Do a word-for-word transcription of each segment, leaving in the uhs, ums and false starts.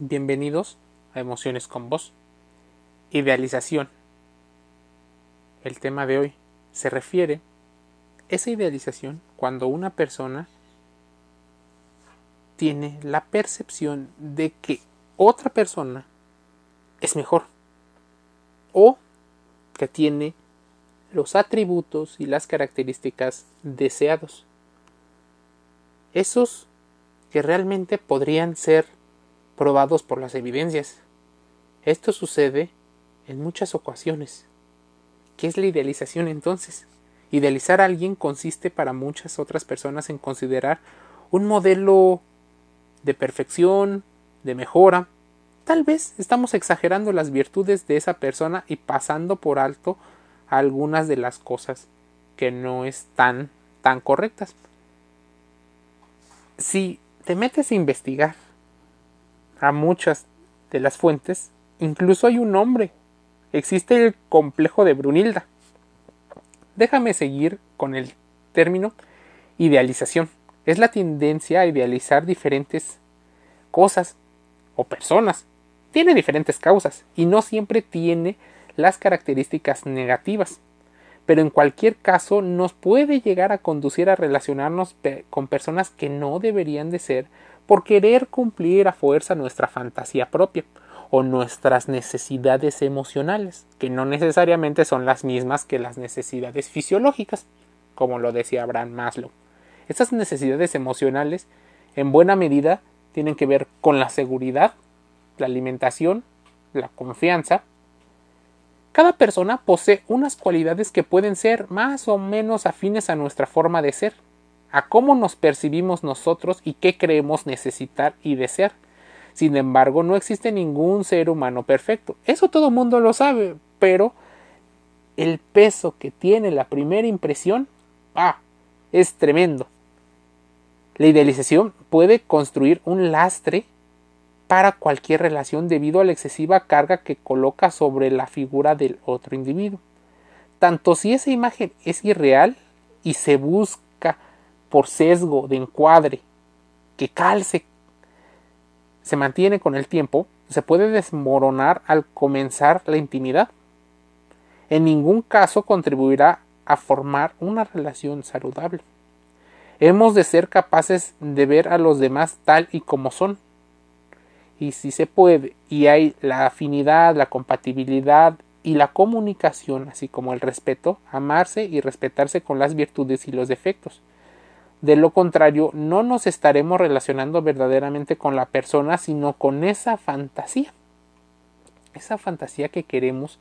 Bienvenidos a Emociones con Vos. Idealización. El tema de hoy se refiere a esa idealización cuando una persona tiene la percepción de que otra persona es mejor o que tiene los atributos y las características deseados. Esos que realmente podrían ser probados por las evidencias. Esto sucede en muchas ocasiones. ¿Qué es la idealización entonces? Idealizar a alguien consiste para muchas otras personas en considerar un modelo de perfección, de mejora. Tal vez estamos exagerando las virtudes de esa persona y pasando por alto algunas de las cosas que no están tan correctas. Si te metes a investigar a muchas de las fuentes, incluso hay un nombre. Existe el complejo de Brunilda. Déjame seguir con el término idealización. Es la tendencia a idealizar diferentes cosas o personas. Tiene diferentes causas y no siempre tiene las características negativas. Pero en cualquier caso nos puede llegar a conducir a relacionarnos pe- con personas que no deberían de ser por querer cumplir a fuerza nuestra fantasía propia o nuestras necesidades emocionales, que no necesariamente son las mismas que las necesidades fisiológicas, como lo decía Abraham Maslow. Estas necesidades emocionales, en buena medida, tienen que ver con la seguridad, la alimentación, la confianza. Cada persona posee unas cualidades que pueden ser más o menos afines a nuestra forma de ser, a cómo nos percibimos nosotros y qué creemos necesitar y desear. Sin embargo, no existe ningún ser humano perfecto. Eso todo el mundo lo sabe, pero el peso que tiene la primera impresión, ah, es tremendo. La idealización puede construir un lastre para cualquier relación debido a la excesiva carga que coloca sobre la figura del otro individuo. Tanto si esa imagen es irreal y se busca por sesgo de encuadre que calce, se mantiene con el tiempo, se puede desmoronar al comenzar la intimidad. En ningún caso contribuirá a formar una relación saludable. Hemos de ser capaces de ver a los demás tal y como son. Y si se puede, y hay la afinidad, la compatibilidad y la comunicación, así como el respeto, amarse y respetarse con las virtudes y los defectos. De lo contrario, no nos estaremos relacionando verdaderamente con la persona, sino con esa fantasía. Esa fantasía que queremos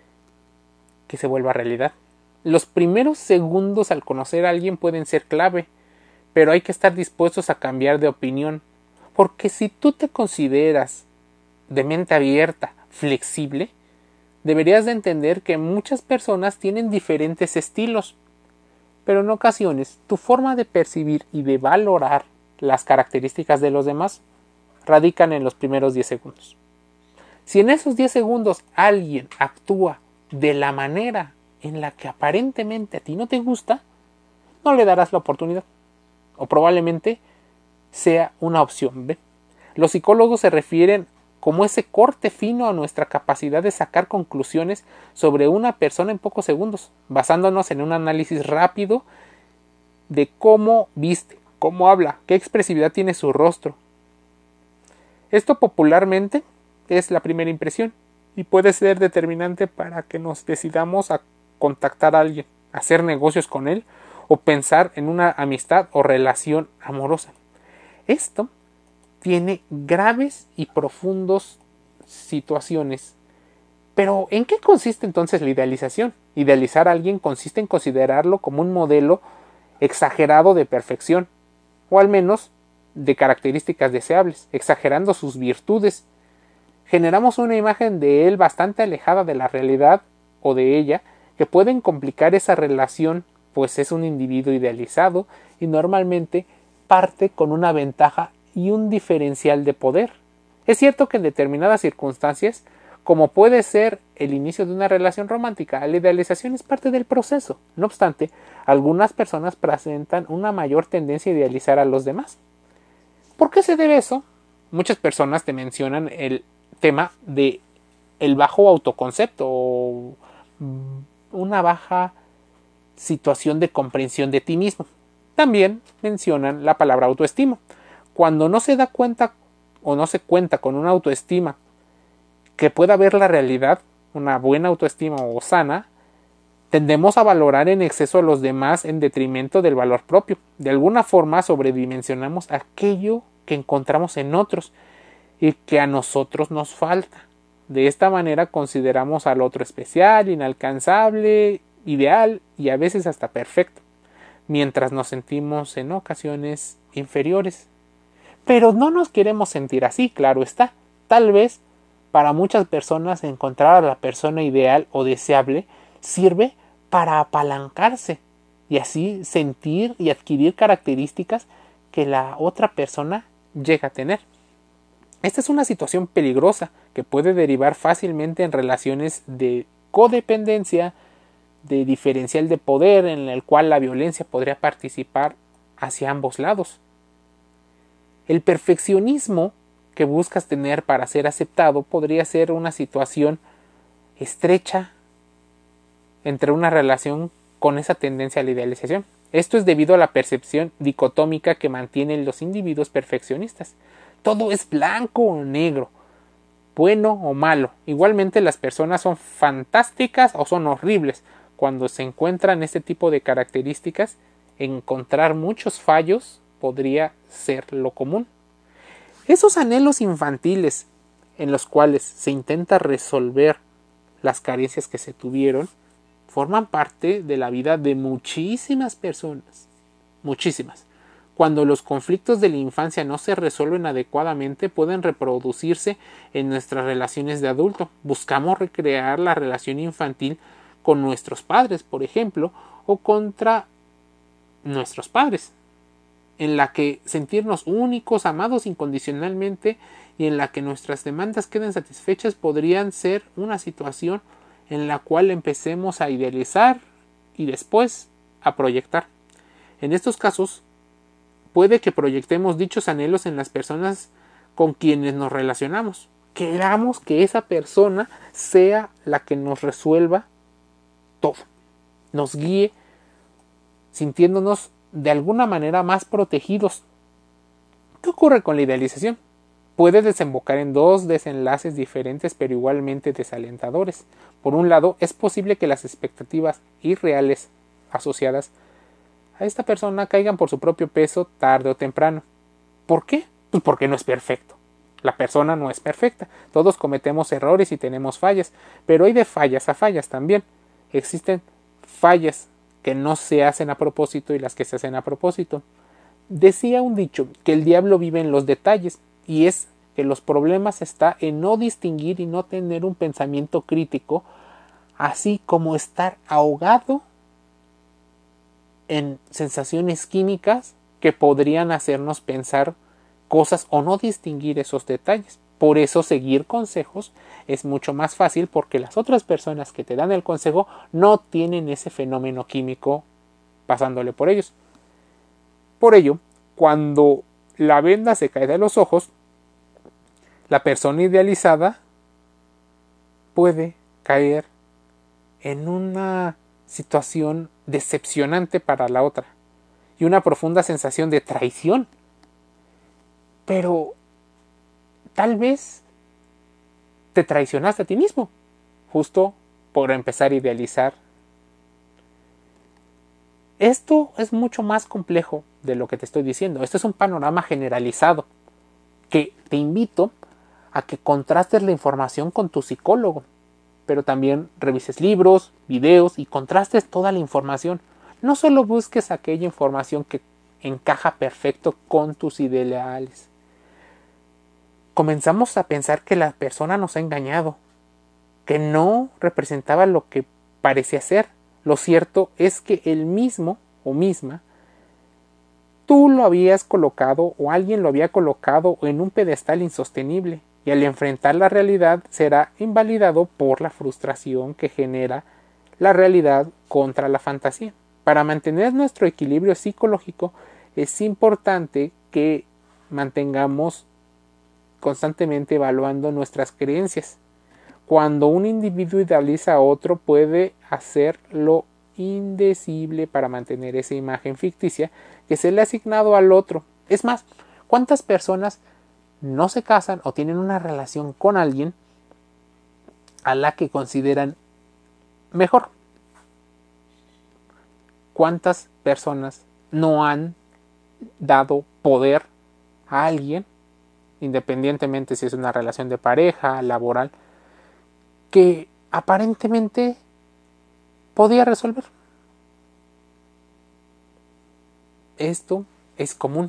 que se vuelva realidad. Los primeros segundos al conocer a alguien pueden ser clave, pero hay que estar dispuestos a cambiar de opinión. Porque si tú te consideras de mente abierta, flexible, deberías de entender que muchas personas tienen diferentes estilos. Pero en ocasiones tu forma de percibir y de valorar las características de los demás radican en los primeros diez segundos. Si en esos diez segundos alguien actúa de la manera en la que aparentemente a ti no te gusta, no le darás la oportunidad. O probablemente sea una opción B. Los psicólogos se refieren como ese corte fino a nuestra capacidad de sacar conclusiones sobre una persona en pocos segundos, basándonos en un análisis rápido de cómo viste, cómo habla, qué expresividad tiene su rostro. Esto popularmente es la primera impresión y puede ser determinante para que nos decidamos a contactar a alguien, hacer negocios con él o pensar en una amistad o relación amorosa. Esto tiene graves y profundas situaciones. Pero, ¿en qué consiste entonces la idealización? Idealizar a alguien consiste en considerarlo como un modelo exagerado de perfección, o al menos de características deseables, exagerando sus virtudes. Generamos una imagen de él bastante alejada de la realidad o de ella, que pueden complicar esa relación, pues es un individuo idealizado y normalmente parte con una ventaja y un diferencial de poder. Es cierto que en determinadas circunstancias, como puede ser el inicio de una relación romántica, la idealización es parte del proceso. No obstante, algunas personas presentan una mayor tendencia a idealizar a los demás. ¿Por qué se debe eso? muchas personas te mencionan el tema de el bajo autoconcepto o una baja situación de comprensión de ti mismo. También mencionan la palabra autoestima. Cuando no se da cuenta o no se cuenta con una autoestima que pueda ver la realidad, una buena autoestima o sana, tendemos a valorar en exceso a los demás en detrimento del valor propio. De alguna forma sobredimensionamos aquello que encontramos en otros y que a nosotros nos falta. De esta manera consideramos al otro especial, inalcanzable, ideal y a veces hasta perfecto, mientras nos sentimos en ocasiones inferiores. Pero no nos queremos sentir así, claro está. Tal vez para muchas personas encontrar a la persona ideal o deseable sirve para apalancarse y así sentir y adquirir características que la otra persona llega a tener. Esta es una situación peligrosa que puede derivar fácilmente en relaciones de codependencia, de diferencial de poder en el cual la violencia podría participar hacia ambos lados. El perfeccionismo que buscas tener para ser aceptado podría ser una situación estrecha entre una relación con esa tendencia a la idealización. Esto es debido a la percepción dicotómica que mantienen los individuos perfeccionistas. Todo es blanco o negro, bueno o malo. Igualmente las personas son fantásticas o son horribles. Cuando se encuentran este tipo de características, encontrar muchos fallos podría ser lo común. Esos anhelos infantiles en los cuales se intenta resolver las carencias que se tuvieron forman parte de la vida de muchísimas personas. Muchísimas. Cuando los conflictos de la infancia no se resuelven adecuadamente, pueden reproducirse en nuestras relaciones de adulto. Buscamos recrear la relación infantil con nuestros padres, por ejemplo, o contra nuestros padres, en la que sentirnos únicos, amados incondicionalmente y en la que nuestras demandas queden satisfechas podrían ser una situación en la cual empecemos a idealizar y después a proyectar. En estos casos, puede que proyectemos dichos anhelos en las personas con quienes nos relacionamos. Queramos que esa persona sea la que nos resuelva todo, nos guíe, sintiéndonos de alguna manera más protegidos. ¿Qué ocurre con la idealización? Puede desembocar en dos desenlaces diferentes pero igualmente desalentadores. Por un lado, es posible que las expectativas irreales asociadas a esta persona caigan por su propio peso tarde o temprano. ¿Por qué? Pues porque no es perfecto. La persona no es perfecta. Todos cometemos errores y tenemos fallas, pero hay de fallas a fallas también. Existen fallas que no se hacen a propósito y las que se hacen a propósito. Decía un dicho que el diablo vive en los detalles, y es que los problemas está en no distinguir y no tener un pensamiento crítico, así como estar ahogado en sensaciones químicas que podrían hacernos pensar cosas o no distinguir esos detalles. Por eso seguir consejos es mucho más fácil, porque las otras personas que te dan el consejo no tienen ese fenómeno químico pasándole por ellos. Por ello, cuando la venda se cae de los ojos, la persona idealizada puede caer en una situación decepcionante para la otra y una profunda sensación de traición. Pero tal vez te traicionaste a ti mismo, justo por empezar a idealizar. Esto es mucho más complejo de lo que te estoy diciendo. Esto es un panorama generalizado que te invito a que contrastes la información con tu psicólogo, pero también revises libros, videos y contrastes toda la información. No solo busques aquella información que encaja perfecto con tus ideales. Comenzamos a pensar que la persona nos ha engañado, que no representaba lo que parecía ser. Lo cierto es que él mismo o misma, tú lo habías colocado o alguien lo había colocado en un pedestal insostenible, y al enfrentar la realidad será invalidado por la frustración que genera la realidad contra la fantasía. Para mantener nuestro equilibrio psicológico es importante que mantengamos constantemente evaluando nuestras creencias. Cuando un individuo idealiza a otro, puede hacer lo indecible para mantener esa imagen ficticia que se le ha asignado al otro. Es más, ¿cuántas personas no se casan o tienen una relación con alguien a la que consideran mejor? ¿Cuántas personas no han dado poder a alguien, independientemente si es una relación de pareja, laboral, que aparentemente podía resolver? Esto es común.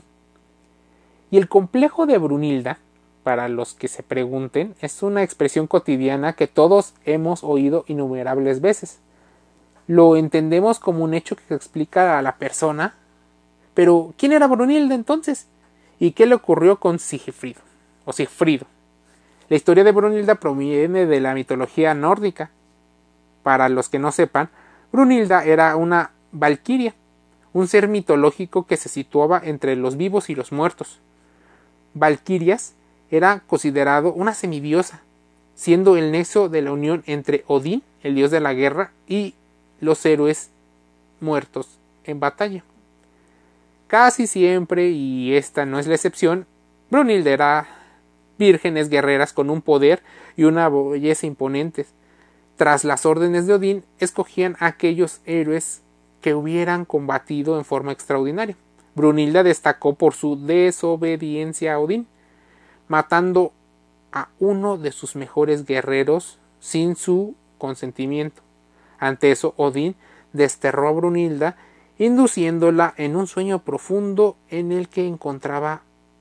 Y el complejo de Brunilda, para los que se pregunten, es una expresión cotidiana que todos hemos oído innumerables veces. Lo entendemos como un hecho que explica a la persona. Pero, ¿quién era Brunilda entonces? ¿Y qué le ocurrió con Sigfrido? O Sigfrido. La historia de Brunilda proviene de la mitología nórdica. Para los que no sepan, Brunilda era una valquiria, un ser mitológico que se situaba entre los vivos y los muertos. Valquirias era considerado una semidiosa, siendo el nexo de la unión entre Odín, el dios de la guerra, y los héroes muertos en batalla. Casi siempre, y esta no es la excepción, Brunilda era vírgenes guerreras con un poder y una belleza imponentes. Tras las órdenes de Odín, escogían a aquellos héroes que hubieran combatido en forma extraordinaria. Brunilda destacó por su desobediencia a Odín, matando a uno de sus mejores guerreros sin su consentimiento. Ante eso, Odín desterró a Brunilda, induciéndola en un sueño profundo en el que encontraba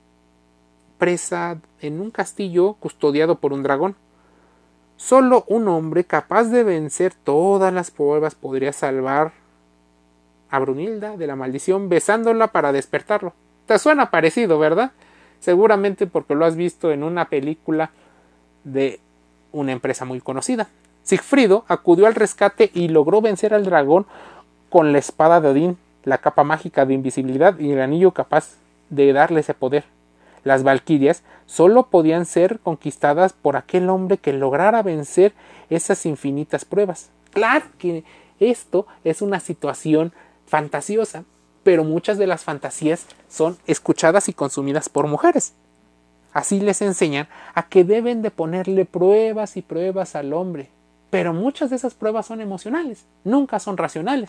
presa en un castillo custodiado por un dragón. Solo un hombre capaz de vencer todas las pruebas podría salvar a Brunilda de la maldición besándola para despertarlo. Te suena parecido, ¿verdad? Seguramente porque lo has visto en una película de una empresa muy conocida. Sigfrido acudió al rescate y logró vencer al dragón con la espada de Odín, la capa mágica de invisibilidad y el anillo capaz de darle ese poder. Las valquirias solo podían ser conquistadas por aquel hombre que lograra vencer esas infinitas pruebas. Claro que esto es una situación fantasiosa, pero muchas de las fantasías son escuchadas y consumidas por mujeres. Así les enseñan a que deben de ponerle pruebas y pruebas al hombre, pero muchas de esas pruebas son emocionales, nunca son racionales.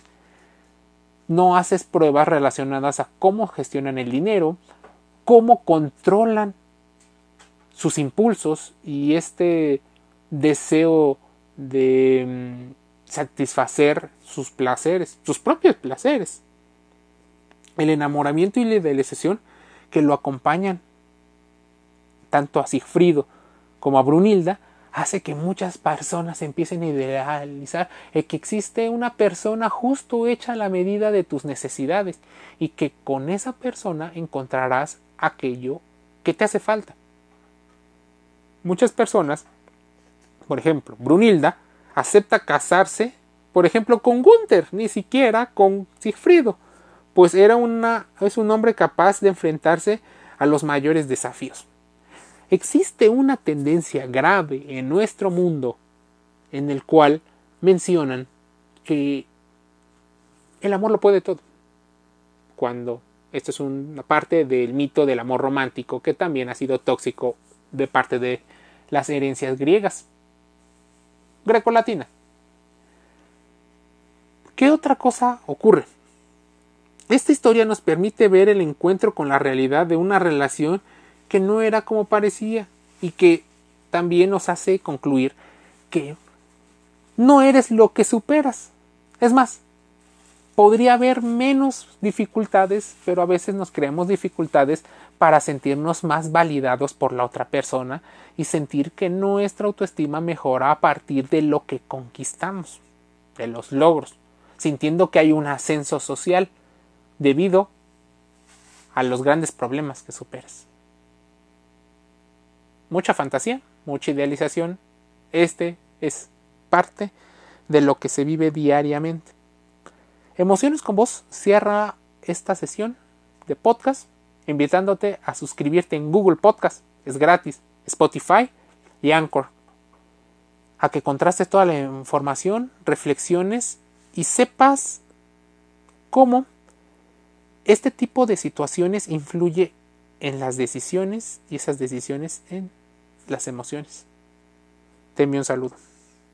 No haces pruebas relacionadas a cómo gestionan el dinero, cómo controlan sus impulsos y este deseo de mmm, satisfacer sus placeres, sus propios placeres. El enamoramiento y la idealización que lo acompañan tanto a Sigfrido como a Brunilda hace que muchas personas empiecen a idealizar el que existe una persona justo hecha a la medida de tus necesidades y que con esa persona encontrarás aquello que te hace falta. Muchas personas, por ejemplo, Brunilda acepta casarse, por ejemplo, con Gunther, ni siquiera con Sigfrido, pues era una, es un hombre capaz de enfrentarse a los mayores desafíos. Existe una tendencia grave en nuestro mundo en el cual mencionan que el amor lo puede todo, cuando esto es una parte del mito del amor romántico que también ha sido tóxico de parte de las herencias griegas, grecolatinas. ¿Qué otra cosa ocurre? Esta historia nos permite ver el encuentro con la realidad de una relación que no era como parecía y que también nos hace concluir que no eres lo que superas. Es más, podría haber menos dificultades, pero a veces nos creamos dificultades para sentirnos más validados por la otra persona y sentir que nuestra autoestima mejora a partir de lo que conquistamos, de los logros, sintiendo que hay un ascenso social debido a los grandes problemas que superas. Mucha fantasía, mucha idealización. Este es parte de lo que se vive diariamente. Emociones con Voz cierra esta sesión de podcast invitándote a suscribirte en Google Podcast. Es gratis. Spotify y Anchor, a que contrastes toda la información, reflexiones y sepas cómo este tipo de situaciones influye en las decisiones y esas decisiones en las emociones. Te envío un saludo.